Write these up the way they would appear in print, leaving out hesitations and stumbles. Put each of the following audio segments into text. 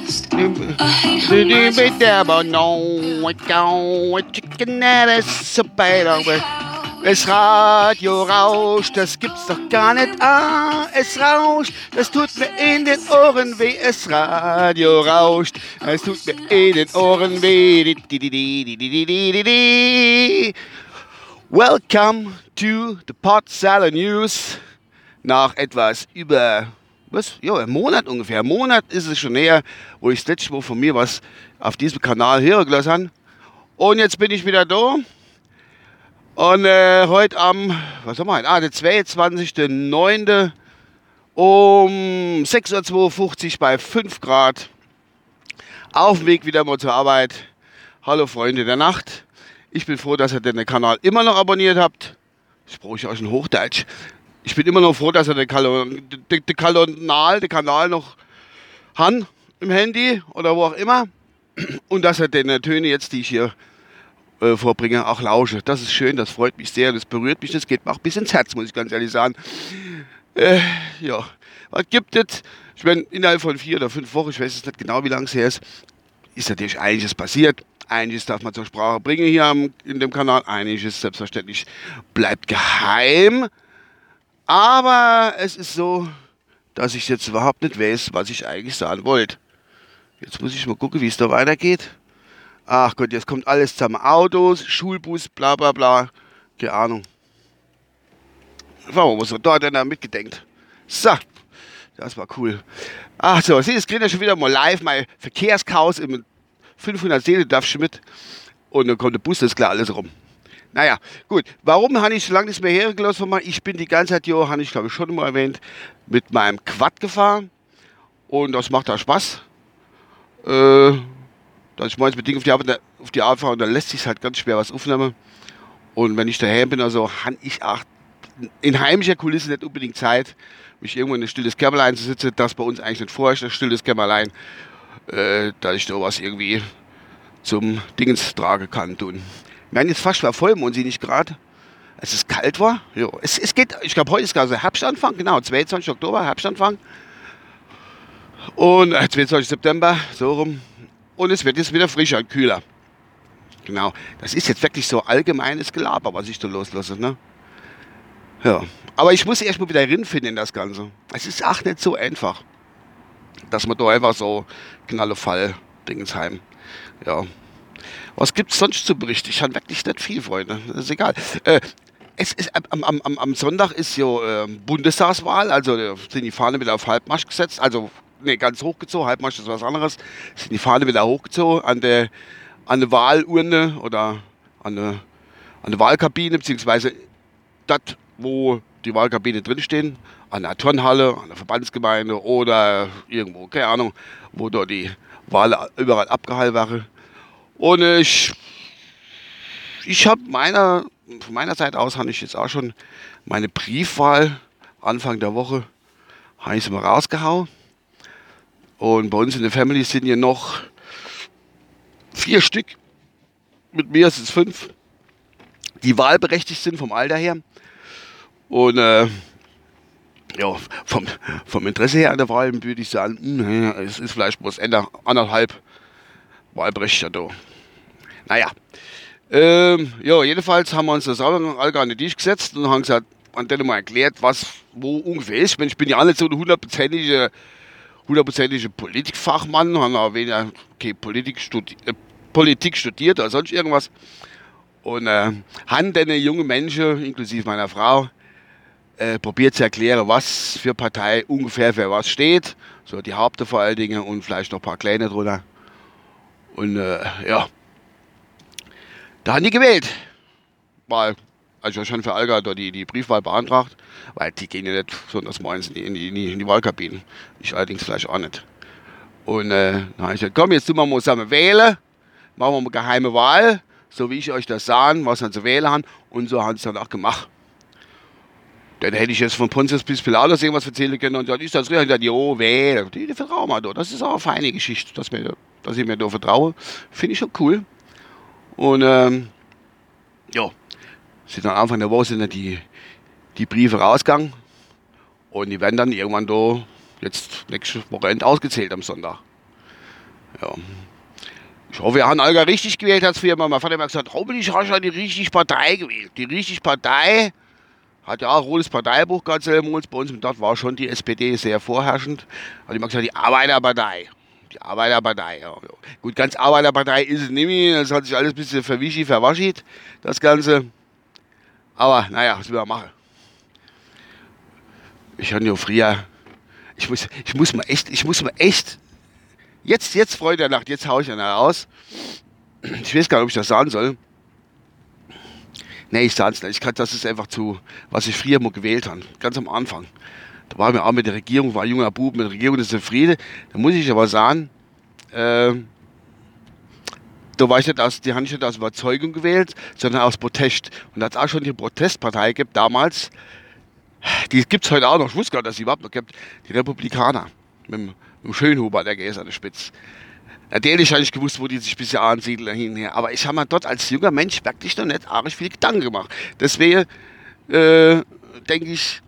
Es Radio rauscht, das gibt's doch gar nicht. Ah, es rauscht, das tut mir in den Ohren weh. Es Radio rauscht, es tut mir in den Ohren weh. Welcome to the Potsdamer News. Nach etwas über, einen Monat ungefähr. Ein Monat ist es schon näher, wo ich das letzte Mal von mir was auf diesem Kanal hören gelassen habe. Und jetzt bin ich wieder da. Und heute am, der 22.09. um 6.52 Uhr bei 5 Grad. Auf dem Weg wieder mal zur Arbeit. Hallo Freunde der Nacht. Ich bin froh, dass ihr den Kanal immer noch abonniert habt. Ich brauche ja auch schon Hochdeutsch. Ich bin immer noch froh, dass ihr den Kanal noch habt im Handy oder wo auch immer. Und dass ihr den Töne jetzt, die ich hier vorbringe, auch lausche. Das ist schön, das freut mich sehr, das berührt mich, das geht mir auch bis ins Herz, muss ich ganz ehrlich sagen. Ja, was gibt es? Ich meine, innerhalb von 4 oder 5 Wochen, ich weiß jetzt nicht genau, wie lange es her ist natürlich einiges passiert. Einiges darf man zur Sprache bringen hier in dem Kanal, einiges selbstverständlich bleibt geheim. Aber es ist so, dass ich jetzt überhaupt nicht weiß, was ich eigentlich sagen wollte. Jetzt muss ich mal gucken, wie es da weitergeht. Ach Gott, jetzt kommt alles zusammen. Autos, Schulbus, bla bla bla. Keine Ahnung. Schauen wir mal, was da denn da mitgedenkt. So, das war cool. Ach so, Sie, es geht ja schon wieder mal live. Mein Verkehrschaos im 500 Seele darf schon mit. Und dann kommt der Bus, das ist klar, alles rum. Naja, gut. Warum habe ich so lange nicht mehr hergelassen von mir? Ich bin die ganze Zeit hier, habe ich glaube ich schon mal erwähnt, mit meinem Quad gefahren. Und das macht da Spaß. Dass ich meins mit Dingen auf die Arbeit fahre und dann lässt sich halt ganz schwer was aufnehmen. Und wenn ich daheim bin, also habe ich auch in heimischer Kulisse nicht unbedingt Zeit, mich irgendwo in ein stilles Kämmerlein zu sitzen, das bei uns eigentlich nicht vorherrscht, ein stilles Kämmerlein, dass ich da was irgendwie zum Dingens tragen kann tun. Wir haben jetzt fast war Vollmond, sie nicht gerade. Es ist kalt war. Jo. Es geht, ich glaube heute ist gerade Herbstanfang, genau, 22. Oktober, Herbstanfang. Und 22. September, so rum. Und es wird jetzt wieder frischer und kühler. Genau. Das ist jetzt wirklich so allgemeines Gelaber, was ich da loslasse. Ne? Ja. Aber ich muss erst mal wieder reinfinden in das Ganze. Es ist auch nicht so einfach, dass man da einfach so Knallefall-Dingensheim. Ja. Was gibt es sonst zu berichten? Ich habe wirklich nicht viel, Freunde. Das ist egal. Am Sonntag ist ja Bundestagswahl. Also sind die Fahne wieder auf Halbmarsch gesetzt. Also ganz hochgezogen, Halbmarsch ist was anderes, sind die Fahne wieder hochgezogen an der Wahlurne oder an der Wahlkabine, beziehungsweise das, wo die Wahlkabine drinstehen, an der Turnhalle, an der Verbandsgemeinde oder irgendwo, keine Ahnung, wo da die Wahl überall abgehalten wäre. Und ich habe von meiner Seite aus habe ich jetzt auch schon meine Briefwahl Anfang der Woche habe ich sie mal rausgehauen. Und bei uns in der Family sind hier noch 4 Stück, mit mir sind es 5, die wahlberechtigt sind vom Alter her. Und vom Interesse her an der Wahl würde ich sagen, es ist vielleicht bloß anderthalb Wahlberechtigter da. Naja, jedenfalls haben wir uns das alle an den Tisch gesetzt und haben gesagt, und dann mal erklärt, was wo ungefähr ist. Ich bin ja auch nicht so ein hundertprozentige Politikfachmann, habe auch weniger Politik studiert oder sonst irgendwas. Und haben dann junge Menschen, inklusive meiner Frau, probiert zu erklären, was für Partei ungefähr für was steht. So die Haupte vor allen Dingen und vielleicht noch ein paar kleine drunter. Und da haben die gewählt. Also schon für Alga da die Briefwahl beantragt, weil die gehen ja nicht besonders morgens in die Wahlkabinen. Ich allerdings vielleicht auch nicht. Und dann habe ich gesagt, komm, jetzt tun wir mal zusammen wählen, machen wir mal geheime Wahl, so wie ich euch das sagen, was wir zu wählen haben. Und so haben sie es dann auch gemacht. Dann hätte ich jetzt von Pontius bis Pilatus irgendwas erzählen können und dann ist das richtig, jo, wählen, die vertrauen wir da. Das ist auch eine feine Geschichte, dass ich mir da vertraue. Finde ich schon cool. Und sind dann Anfang der Woche sind dann die Briefe rausgegangen und die werden dann irgendwann da jetzt nächste Wochenende ausgezählt am Sonntag. Ja. Ich hoffe, wir haben Olga richtig gewählt, hat früher mal. Mein Vater hat immer gesagt, Robin, ich habe die richtige Partei gewählt. Die richtige Partei hat ja auch ein rotes Parteibuch ganz selber bei uns. Und dort war schon die SPD sehr vorherrschend. Hat immer gesagt, die Arbeiterpartei. Die Arbeiterpartei, ja. Gut, ganz Arbeiterpartei ist es nicht mehr. Das hat sich alles ein bisschen verwaschit, das Ganze. Aber, naja, was will man machen? Ich habe ja früher, ich muss mal echt, jetzt, Freunde der Nacht, jetzt haue ich einer aus. Ich weiß gar nicht, ob ich das sagen soll. Nee, ich sage es nicht. Das ist einfach zu, was ich früher mal gewählt habe. Ganz am Anfang. Da waren wir auch mit der Regierung, war ein junger Bub mit der Regierung, das ist der Friede. Da muss ich aber sagen, da war ich nicht die haben nicht aus Überzeugung gewählt, sondern aus Protest. Und da hat es auch schon die Protestpartei gibt damals, die gibt es heute auch noch, ich wusste gar nicht, dass sie überhaupt noch gibt, die Republikaner. Mit dem Schönhuber, der geht an der Spitze. Natürlich habe ich gewusst, wo die sich bisher ansiedeln hinher. Aber ich habe mir dort als junger Mensch wirklich noch nicht arg viel Gedanken gemacht. Deswegen denke ich,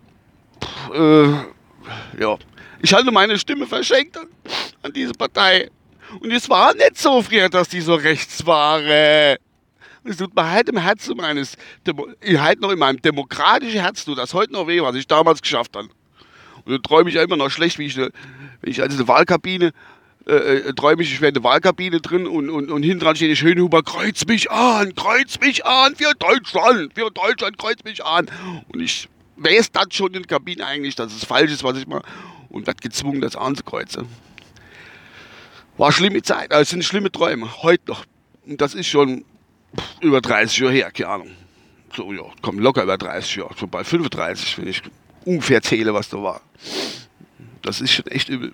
ja, ich hatte meine Stimme verschenkt an diese Partei. Und es war nicht so früher, dass die so rechts waren. Es tut mir halt im Herzen halt noch in meinem demokratischen Herzen, tut das heute noch weh, was ich damals geschafft habe. Und dann träume ich ja immer noch schlecht, wenn ich also eine Wahlkabine träume ich wäre in der Wahlkabine drin und hinten dran steht der Schönhuber, kreuz mich an, für Deutschland, kreuz mich an. Und ich weiß dann schon in der Kabine eigentlich, dass es falsch ist, was ich mache, und werde gezwungen, das anzukreuzen. War eine schlimme Zeit, also es sind schlimme Träume, heute noch. Und das ist schon über 30 Jahre her, keine Ahnung. So, ja, komm, locker über 30 Jahre, so bei 35, wenn ich ungefähr zähle, was da war. Das ist schon echt übel.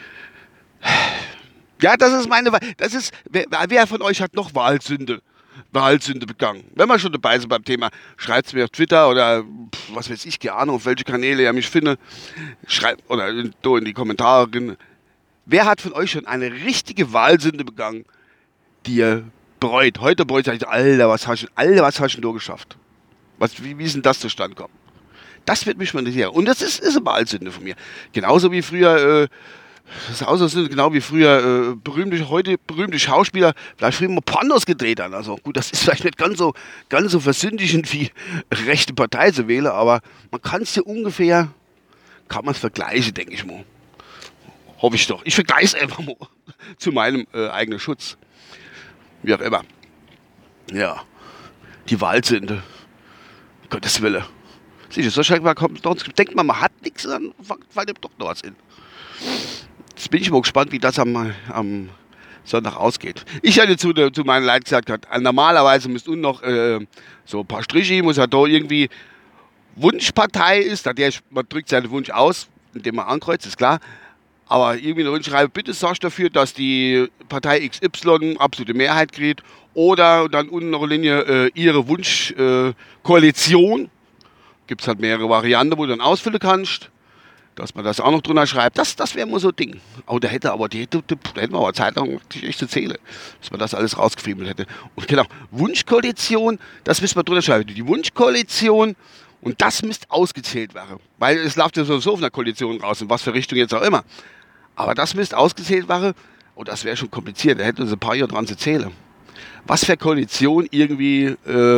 Ja, das ist wer von euch hat noch Wahlsünde begangen? Wenn wir schon dabei sind beim Thema, schreibt es mir auf Twitter oder was weiß ich, keine Ahnung, auf welche Kanäle ihr mich findet. Schreibt oder in die Kommentare drin. Wer hat von euch schon eine richtige Wahlsünde begangen, die ihr bereut? Heute bereut ihr, Alter, was hast du denn geschafft? Wie ist denn das zustande gekommen? Das wird mich mal interessieren. Und das ist eine Wahlsünde von mir. Genauso wie früher, das ist auch so genau wie früher berühmte Schauspieler vielleicht früher mal Pornos gedreht haben. Also gut, das ist vielleicht nicht ganz so versündigend wie rechte Partei zu wählen, aber man kann es ja ungefähr, kann man es vergleichen, denke ich mal. Hoffe ich doch. Ich vergleiche es einfach mal zu meinem eigenen Schutz. Wie auch immer. Ja, die Wahlsünde. Gottes Wille. Sicher, so schnell kommt es denkt man hat nichts, dann fällt dem doch noch was in. Jetzt bin ich mal gespannt, wie das am Sonntag ausgeht. Ich hatte zu meinen Leuten gesagt, normalerweise müsst unten noch so ein paar Striche, muss ja da irgendwie Wunschpartei ist, man drückt seinen Wunsch aus, indem man ankreuzt, ist klar. Aber irgendwie noch schreibe, bitte sorgt dafür, dass die Partei XY absolute Mehrheit kriegt. Oder dann unten noch eine Linie, ihre Wunschkoalition. Gibt es halt mehrere Varianten, wo du dann ausfüllen kannst. Dass man das auch noch drunter schreibt. Das wäre mal so ein Ding. Oh, da hätten wir aber Zeit lang echt zu zählen, dass man das alles rausgefriemelt hätte. Und genau, Wunschkoalition, das müssen wir drunter schreiben. Die Wunschkoalition, und das müsste ausgezählt werden. Weil es läuft ja sowieso auf einer Koalition raus, in was für Richtung jetzt auch immer. Aber das müsste ausgezählt werden. Oh, das wäre schon kompliziert. Da hätten wir uns ein paar Jahre dran zu zählen. Was für Koalition irgendwie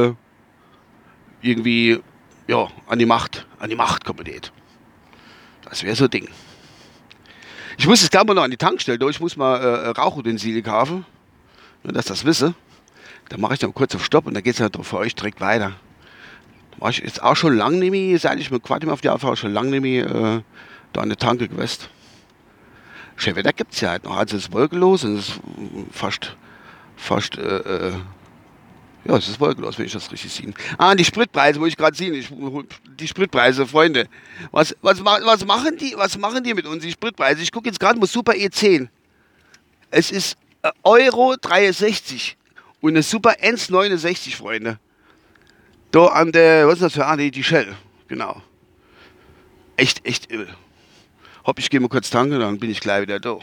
ja, an die Macht kommen geht. Das wäre so ein Ding. Ich muss jetzt gleich mal noch an die Tankstelle durch. Ich muss mal Rauchutensilien kaufen. Nur, dass das wisse. Dann mache ich dann kurz auf Stopp und dann geht es halt für euch direkt weiter. War ich jetzt auch schon lange nicht mehr, seit ich mit Quad auf die Autofahrt schon lange nicht mehr da an der Tanke gewesen. Schön Wetter gibt es ja halt noch. Also es ist wolkenlos und es ist fast ja, es ist wolkenlos, wenn ich das richtig sehe. Die Spritpreise, wo ich gerade sehe. Die Spritpreise, Freunde. Was machen die mit uns, die Spritpreise? Ich gucke jetzt gerade mal Super E10. Es ist Euro 63 und eine Super 1,69, Freunde. Da an der, was ist das für die Shell. Genau. Echt übel. Hopp, ich gehe mal kurz tanken, dann bin ich gleich wieder da.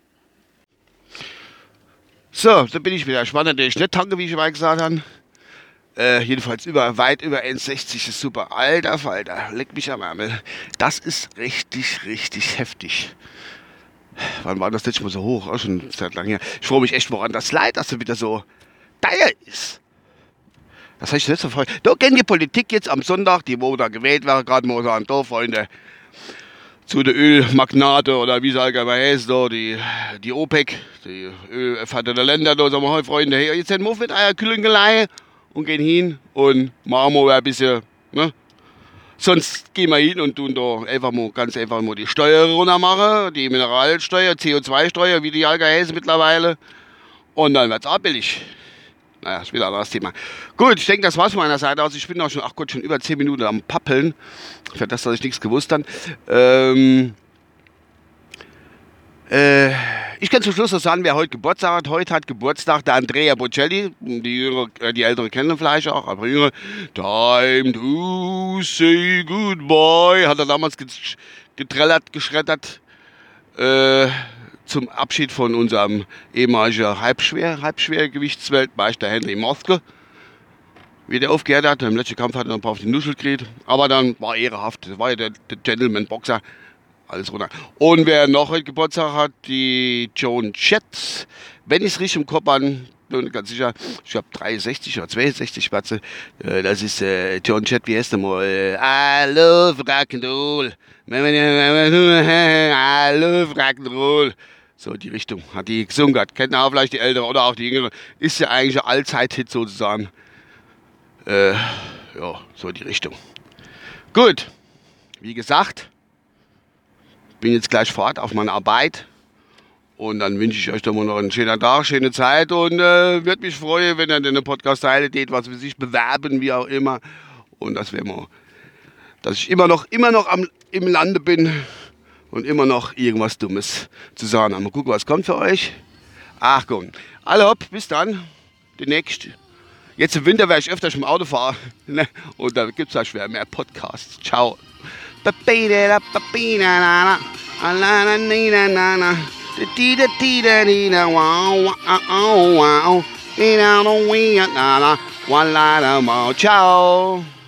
So, da bin ich wieder. Spannend, natürlich nicht tanke, wie ich mal gesagt habe. Jedenfalls weit über 1,60 ist super. Alter Falter, leck mich am Ärmel. Das ist richtig heftig. Wann war das letzte Mal so hoch? Auch schon eine Zeit lang her. Ich freue mich echt, woran das leid, dass er wieder so teuer ist. Das heißt, letzte Frage. Da kennen die Politik jetzt am Sonntag, die wo da gewählt wäre, gerade momentan da, Freunde, zu den Ölmagnate oder wie es allgemein heißt, da, die OPEC, die ölfördernden Länder, da sagen wir, hey Freunde, hey, jetzt sind wir mit einer Kühlengelei und gehen hin und machen wir ein bisschen, ne? Sonst gehen wir hin und tun da einfach mal, ganz einfach mal die Steuer runter machen, die Mineralsteuer, CO2-Steuer, wie die allgemein heißen mittlerweile. Und dann wird's auch billig. Naja, ist wieder ein anderes Thema. Gut, ich denke, das war's von meiner Seite aus. Ich bin auch schon, ach Gott, schon über 10 Minuten am Pappeln. Für das, dass ich nichts gewusst habe. Ich kann zum Schluss noch sagen, wer heute Geburtstag hat. Heute hat Geburtstag der Andrea Bocelli. Die Älteren kennen vielleicht auch, aber Jüngere. Time to say goodbye. Hat er damals getrellert, geschreddert. Zum Abschied von unserem ehemaligen Halbschwergewichtsweltmeister Henry Moske. Wie der aufgehört hat, im letzten Kampf hat er noch ein paar auf die Nuschel gekriegt. Aber dann war ehrenhaft. Das war ja der Gentleman-Boxer. Alles runter. Und wer noch heute Geburtstag hat, die Joan Jett. Wenn ich es richtig im Kopf habe, bin ich ganz sicher, ich habe 63 oder 62 Spatze. Das ist Joan Jett, wie heißt der mal? I love Rock'n'Roll. I love Rock'n'Roll. So die Richtung hat die gesungen, kennt auch vielleicht die Ältere oder auch die Jüngere. Ist ja eigentlich ein Allzeit-Hit sozusagen. Ja, so die Richtung. Gut, wie gesagt, bin jetzt gleich fort auf meine Arbeit. Und dann wünsche ich euch doch mal noch einen schönen Tag, schöne Zeit und würde mich freuen, wenn ihr den Podcast teilt, was wir sich bewerben, wie auch immer. Und das wäre mal, dass ich immer noch im Lande bin und immer noch irgendwas Dummes zu sagen habe. Mal gucken, was kommt für euch. Ach komm. Alle hopp, bis dann. Demnächst. Jetzt im Winter werde ich öfter schon im Auto fahren. Ne? Und da gibt es ja schwer mehr Podcasts. Ciao. Ciao.